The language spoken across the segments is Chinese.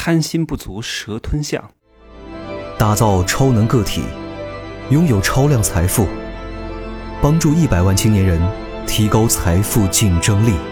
贪心不足蛇吞象， 打造超能个体，拥有超量财富，帮助100万青年人提高财富竞争力。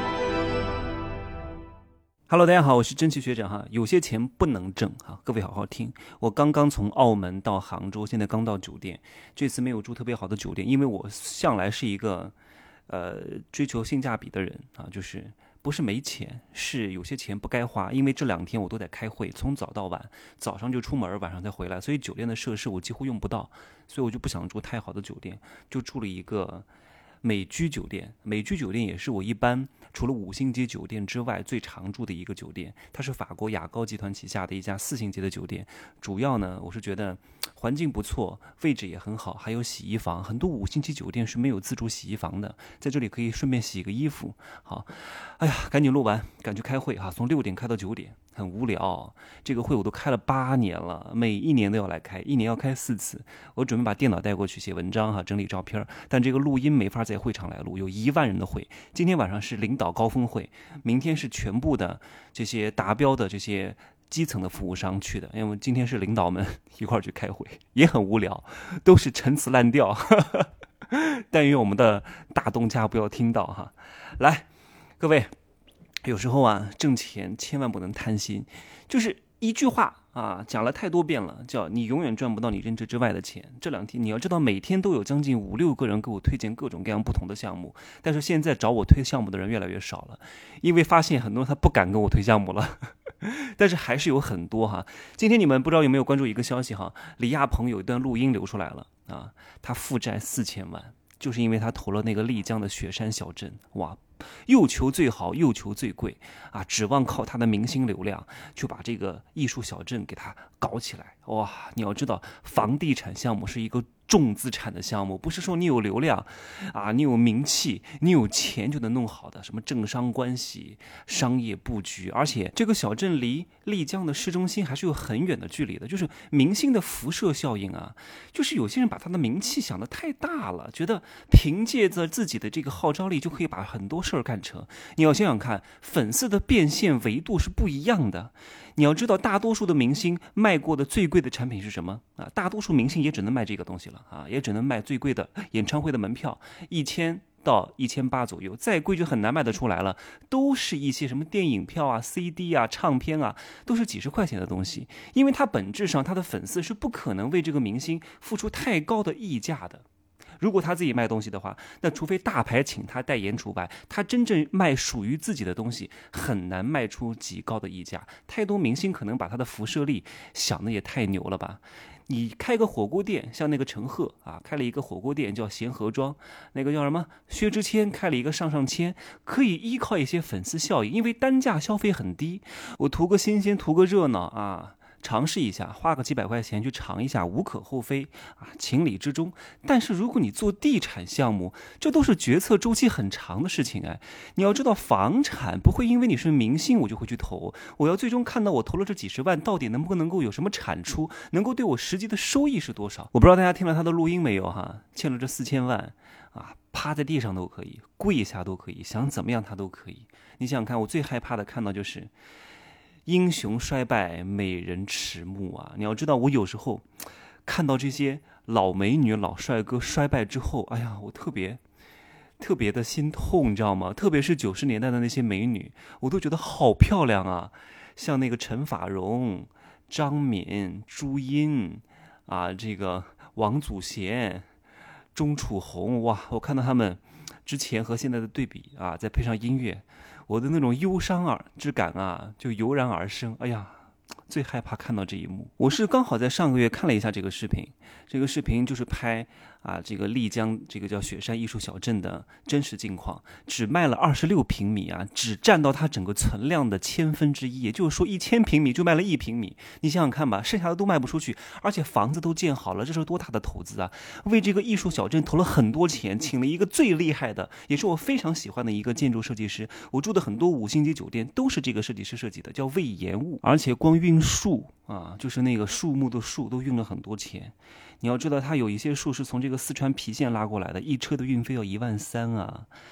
Hello， 大家好，我是蒸汽学长哈。有些钱不能挣哈，各位好好听。我刚刚从澳门到杭州，现在刚到酒店。这次没有住特别好的酒店，因为我向来是一个追求性价比的人啊，就是不是没钱，是有些钱不该花。因为这2天我都在开会，从早到晚，早上就出门，晚上再回来，所以酒店的设施我几乎用不到，所以我就不想住太好的酒店，就住了一个美居酒店。美居酒店也是我一般除了5星级酒店之外最常住的一个酒店，它是法国雅高集团旗下的一家4星级的酒店。主要呢，我是觉得环境不错，位置也很好，还有洗衣房。很多5星级酒店是没有自助洗衣房的，在这里可以顺便洗个衣服。好，哎呀，赶紧录完，赶去开会哈，从6点开到9点，很无聊。这个会我都开了8年了，每一年都要来开，1年要开4次。我准备把电脑带过去写文章哈，整理照片，但这个录音没法在会场来录，有1万人的会。今天晚上是领导高峰会，明天是全部的这些达标的这些基层的服务商去的，因为今天是领导们一块儿去开会，也很无聊，都是陈词滥调，但愿我们的大东家不要听到哈。来，各位，有时候啊，挣钱千万不能贪心，就是一句话啊，讲了太多遍了，叫你永远赚不到你认知之外的钱。这2天你要知道，每天都有将近5、6个人给我推荐各种各样不同的项目，但是现在找我推项目的人越来越少了，因为发现很多人他不敢跟我推项目了。但是还是有很多哈。今天你们不知道有没有关注一个消息哈？李亚鹏有一段录音流出来了啊，他负债4000万，就是因为他投了那个丽江的雪山小镇，哇，又求最好又求最贵啊，指望靠他的明星流量就把这个艺术小镇给他搞起来。哇，你要知道，房地产项目是一个重资产的项目，不是说你有流量啊，你有名气，你有钱就能弄好的。什么政商关系、商业布局，而且这个小镇离丽江的市中心还是有很远的距离的，就是明星的辐射效应啊。就是有些人把他的名气想得太大了，觉得凭借着自己的这个号召力就可以把很多事儿干成。你要想想看，粉丝的变现维度是不一样的。你要知道，大多数的明星卖过的最贵的产品是什么啊？大多数明星也只能卖这个东西了啊，也只能卖最贵的演唱会的门票，1000到1800左右，再贵就很难卖得出来了。都是一些什么电影票啊、CD 啊、唱片啊，都是几十块钱的东西。因为它本质上，他的粉丝是不可能为这个明星付出太高的溢价的。如果他自己卖东西的话，那除非大牌请他代言除外，他真正卖属于自己的东西很难卖出极高的溢价。太多明星可能把他的辐射力想的也太牛了吧。你开个火锅店，像那个陈赫啊，开了一个火锅店叫贤合庄，那个叫什么薛之谦开了一个上签，可以依靠一些粉丝效应，因为单价消费很低，我图个新鲜，图个热闹啊，尝试一下，花个几百块钱去尝一下，无可厚非啊，情理之中。但是如果你做地产项目，这都是决策周期很长的事情哎。你要知道，房产不会因为你是明星我就会去投，我要最终看到我投了这几十万到底能够有什么产出，能够对我实际的收益是多少。我不知道大家听了他的录音没有哈？欠了这4000万啊，趴在地上都可以，跪下都可以，想怎么样他都可以。你想想看，我最害怕的看到就是英雄衰败，美人迟暮啊！你要知道，我有时候看到这些老美女、老帅哥衰败之后，哎呀，我特别的心痛，你知道吗？特别是90年代的那些美女，我都觉得好漂亮啊，像那个陈法蓉、张敏、朱茵啊，这个王祖贤、钟楚红，哇！我看到他们之前和现在的对比啊，再配上音乐，我的那种忧伤之感啊，就油然而生。哎呀，最害怕看到这一幕。我是刚好在上个月看了一下这个视频，这个视频就是拍这个丽江这个叫雪山艺术小镇的真实境况，只卖了26平米啊，只占到它整个存量的1/1000，也就是说1000平米就卖了1平米。你想想看吧，剩下的都卖不出去，而且房子都建好了，这是多大的投资啊！为这个艺术小镇投了很多钱，请了一个最厉害的，也是我非常喜欢的一个建筑设计师。我住的很多5星级酒店都是这个设计师设计的，叫魏延物，而且光运树啊，就是那个树木的树都运了很多钱。你要知道，它有一些树是从这个四川郫县拉过来的，一车的运费要13000啊。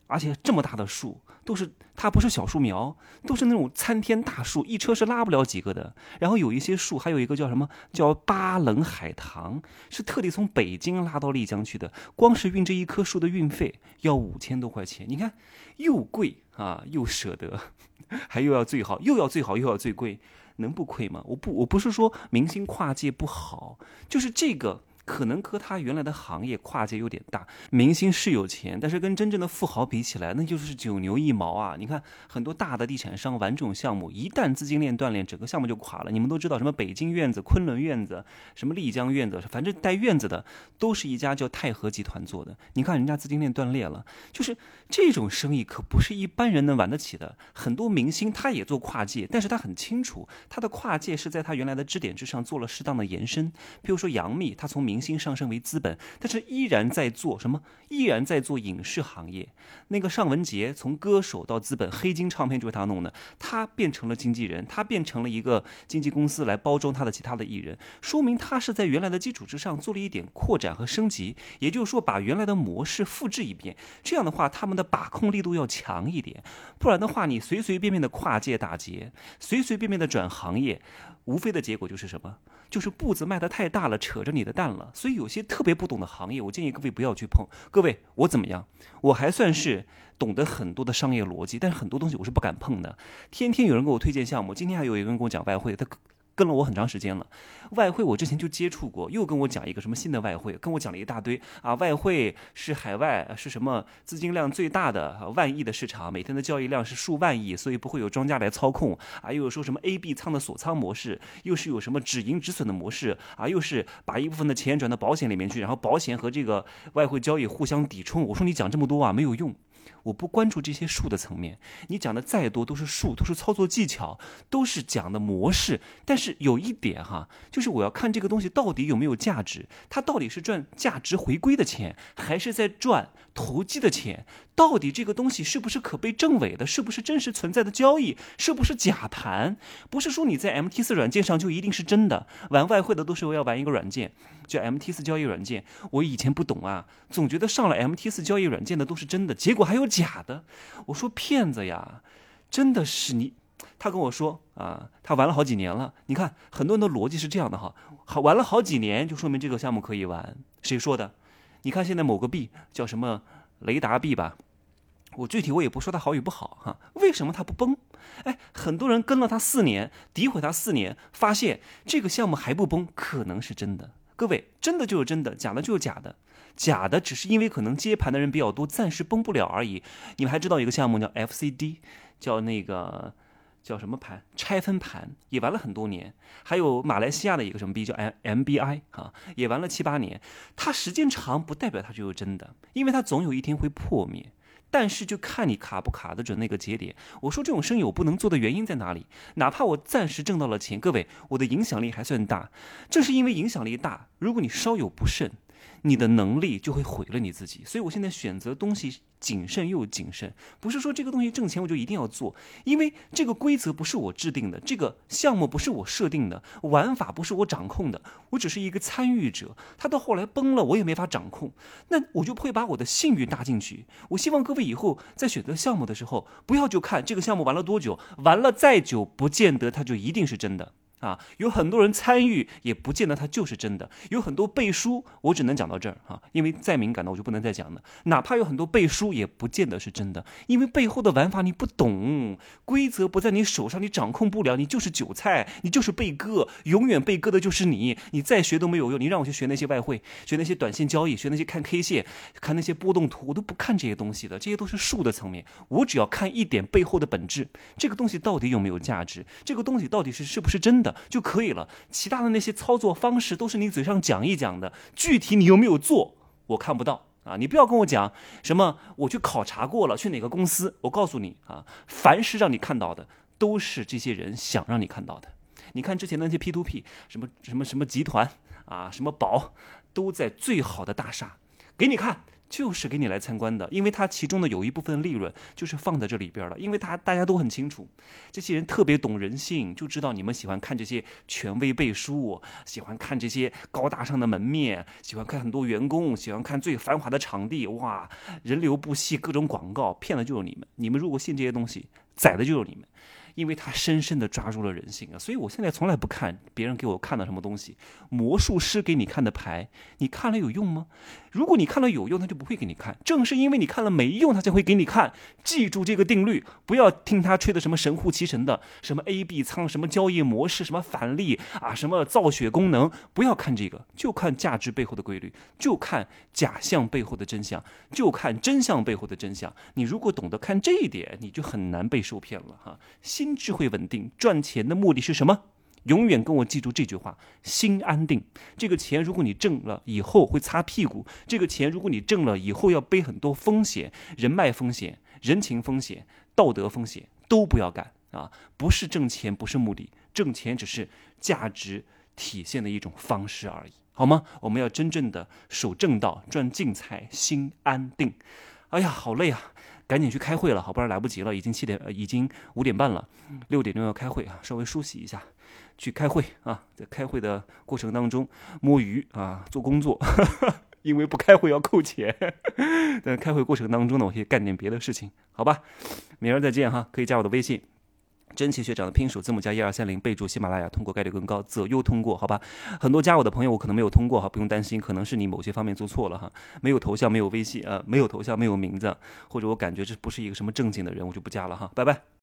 而且这么大的树，它不是小树苗，都是那种参天大树，一车是拉不了几个的。然后有一些树，还有一个叫什么叫巴冷海棠，是特地从北京拉到丽江去的，光是运这一棵树的运费要5000多块钱。你看，又贵啊，又舍得，还又要最好，又要最好，又要最贵，能不亏吗？我不是说明星跨界不好，就是这个。可能和他原来的行业跨界有点大，明星是有钱，但是跟真正的富豪比起来，那就是9牛1毛啊！你看很多大的地产商玩这种项目，一旦资金链断裂，整个项目就垮了。你们都知道什么北京院子、昆仑院子、什么丽江院子，反正带院子的都是一家叫泰禾集团做的。你看人家资金链断裂了，就是这种生意可不是一般人能玩得起的。很多明星他也做跨界，但是他很清楚他的跨界是在他原来的支点之上做了适当的延伸。比如说杨幂，他从明星上升为资本，但是依然在做什么？依然在做影视行业。那个尚雯婕从歌手到资本，黑金唱片就是他弄的，他变成了经纪人，他变成了一个经纪公司来包装他的其他的艺人，说明他是在原来的基础之上做了一点扩展和升级，也就是说把原来的模式复制一遍。这样的话，他们的把控力度要强一点，不然的话，你随随便便的跨界打劫，随随便便的转行业，无非的结果就是什么？就是步子迈得太大了，扯着你的蛋了。所以有些特别不懂的行业，我建议各位不要去碰。各位，我怎么样？我还算是懂得很多的商业逻辑，但是很多东西我是不敢碰的。天天有人给我推荐项目，今天还有一个人跟我讲外汇，他跟了我很长时间了。外汇我之前就接触过，又跟我讲一个什么新的外汇，跟我讲了一大堆啊，外汇是海外是什么资金量最大的万亿的市场，每天的交易量是数万亿，所以不会有庄家来操控啊，又有说什么 A、B 仓的锁仓模式，又是有什么止盈止损的模式啊，又是把一部分的钱转到保险里面去，然后保险和这个外汇交易互相抵冲。我说你讲这么多啊没有用。我不关注这些术的层面，你讲的再多都是术，都是操作技巧，都是讲的模式。但是有一点哈，就是我要看这个东西到底有没有价值，它到底是赚价值回归的钱，还是在赚投机的钱？到底这个东西是不是可被证伪的？是不是真实存在的交易？是不是假盘？不是说你在 MT4 软件上就一定是真的。玩外汇的都是要玩一个软件叫 MT4 交易软件，我以前不懂啊，总觉得上了 MT4 交易软件的都是真的，结果还有假的。我说骗子呀，真的是你。他跟我说啊，他玩了好几年了。你看很多人的逻辑是这样的哈，玩了好几年就说明这个项目可以玩。谁说的？你看现在某个币叫什么雷达币吧，我具体我也不说它好与不好哈，为什么它不崩？哎，很多人跟了它4年，诋毁它4年，发现这个项目还不崩，可能是真的。各位，真的就是真的，假的就是假的。假的只是因为可能接盘的人比较多，暂时崩不了而已。你们还知道一个项目叫 FCD， 叫那个叫什么盘？拆分盘，也玩了很多年。还有马来西亚的一个什么币叫 MBI 啊，也玩了7、8年。它时间长不代表它就是真的，因为它总有一天会破灭。但是就看你卡不卡得准那个节点。我说这种生意我不能做的原因在哪里？哪怕我暂时挣到了钱，各位，我的影响力还算大。正是因为影响力大，如果你稍有不慎，你的能力就会毁了你自己。所以我现在选择东西谨慎又谨慎，不是说这个东西挣钱我就一定要做，因为这个规则不是我制定的，这个项目不是我设定的，玩法不是我掌控的，我只是一个参与者。他到后来崩了，我也没法掌控，那我就不会把我的信誉搭进去。我希望各位以后在选择项目的时候，不要就看这个项目玩了多久，玩了再久，不见得它就一定是真的。啊，有很多人参与，也不见得它就是真的。有很多背书，我只能讲到这儿啊，因为再敏感的我就不能再讲了。哪怕有很多背书，也不见得是真的，因为背后的玩法你不懂，规则不在你手上，你掌控不了，你就是韭菜，你就是被割，永远被割的就是你。你再学都没有用，你让我去学那些外汇，学那些短线交易，学那些看 K 线，看那些波动图，我都不看这些东西的，这些都是术的层面。我只要看一点背后的本质，这个东西到底有没有价值，这个东西到底是不是真的就可以了。其他的那些操作方式都是你嘴上讲一讲的，具体你有没有做我看不到啊！你不要跟我讲什么我去考察过了，去哪个公司，我告诉你啊，凡是让你看到的都是这些人想让你看到的。你看之前的那些 P2P 什么集团啊，什么宝，都在最好的大厦给你看， 就是给你来参观的，因为它其中的有一部分利润就是放在这里边了，因为大家都很清楚，这些人特别懂人性，就知道你们喜欢看这些权威背书，喜欢看这些高大上的门面，喜欢看很多员工，喜欢看最繁华的场地，哇，人流不息，各种广告，骗的就是你们。你们如果信这些东西，宰的就是你们。因为他深深地抓住了人性啊，所以我现在从来不看别人给我看的什么东西，魔术师给你看的牌，你看了有用吗？如果你看了有用，他就不会给你看。正是因为你看了没用，他才会给你看。记住这个定律，不要听他吹的什么神乎其神的，什么 A/B 仓，什么交易模式，什么返利啊，什么造血功能，不要看这个，就看价值背后的规律，就看假象背后的真相，就看真相背后的真相。你如果懂得看这一点，你就很难被受骗了哈。心智会稳定，赚钱的目的是什么？永远跟我记住这句话，心安定。这个钱如果你挣了以后会擦屁股，这个钱如果你挣了以后要背很多风险，人脉风险、人情风险、道德风险都不要干啊！不是挣钱，不是目的，挣钱只是价值体现的一种方式而已，好吗？我们要真正的守正道，赚净财，心安定。哎呀，好累啊！赶紧去开会了，好，不然来不及了。已经5点半了，6点钟要开会啊，稍微梳洗一下，去开会啊。在开会的过程当中摸鱼啊，做工作，因为不开会要扣钱。在开会过程当中呢，我可以干点别的事情，好吧？明儿再见哈，可以加我的微信。真奇学长的拼手字母加1230，备注喜马拉雅，通过概率更高，择优通过，好吧？很多加我的朋友我可能没有通过哈，不用担心，可能是你某些方面做错了哈，没有头像，没有微信没有头像，没有名字，或者我感觉这不是一个什么正经的人，我就不加了哈，拜拜。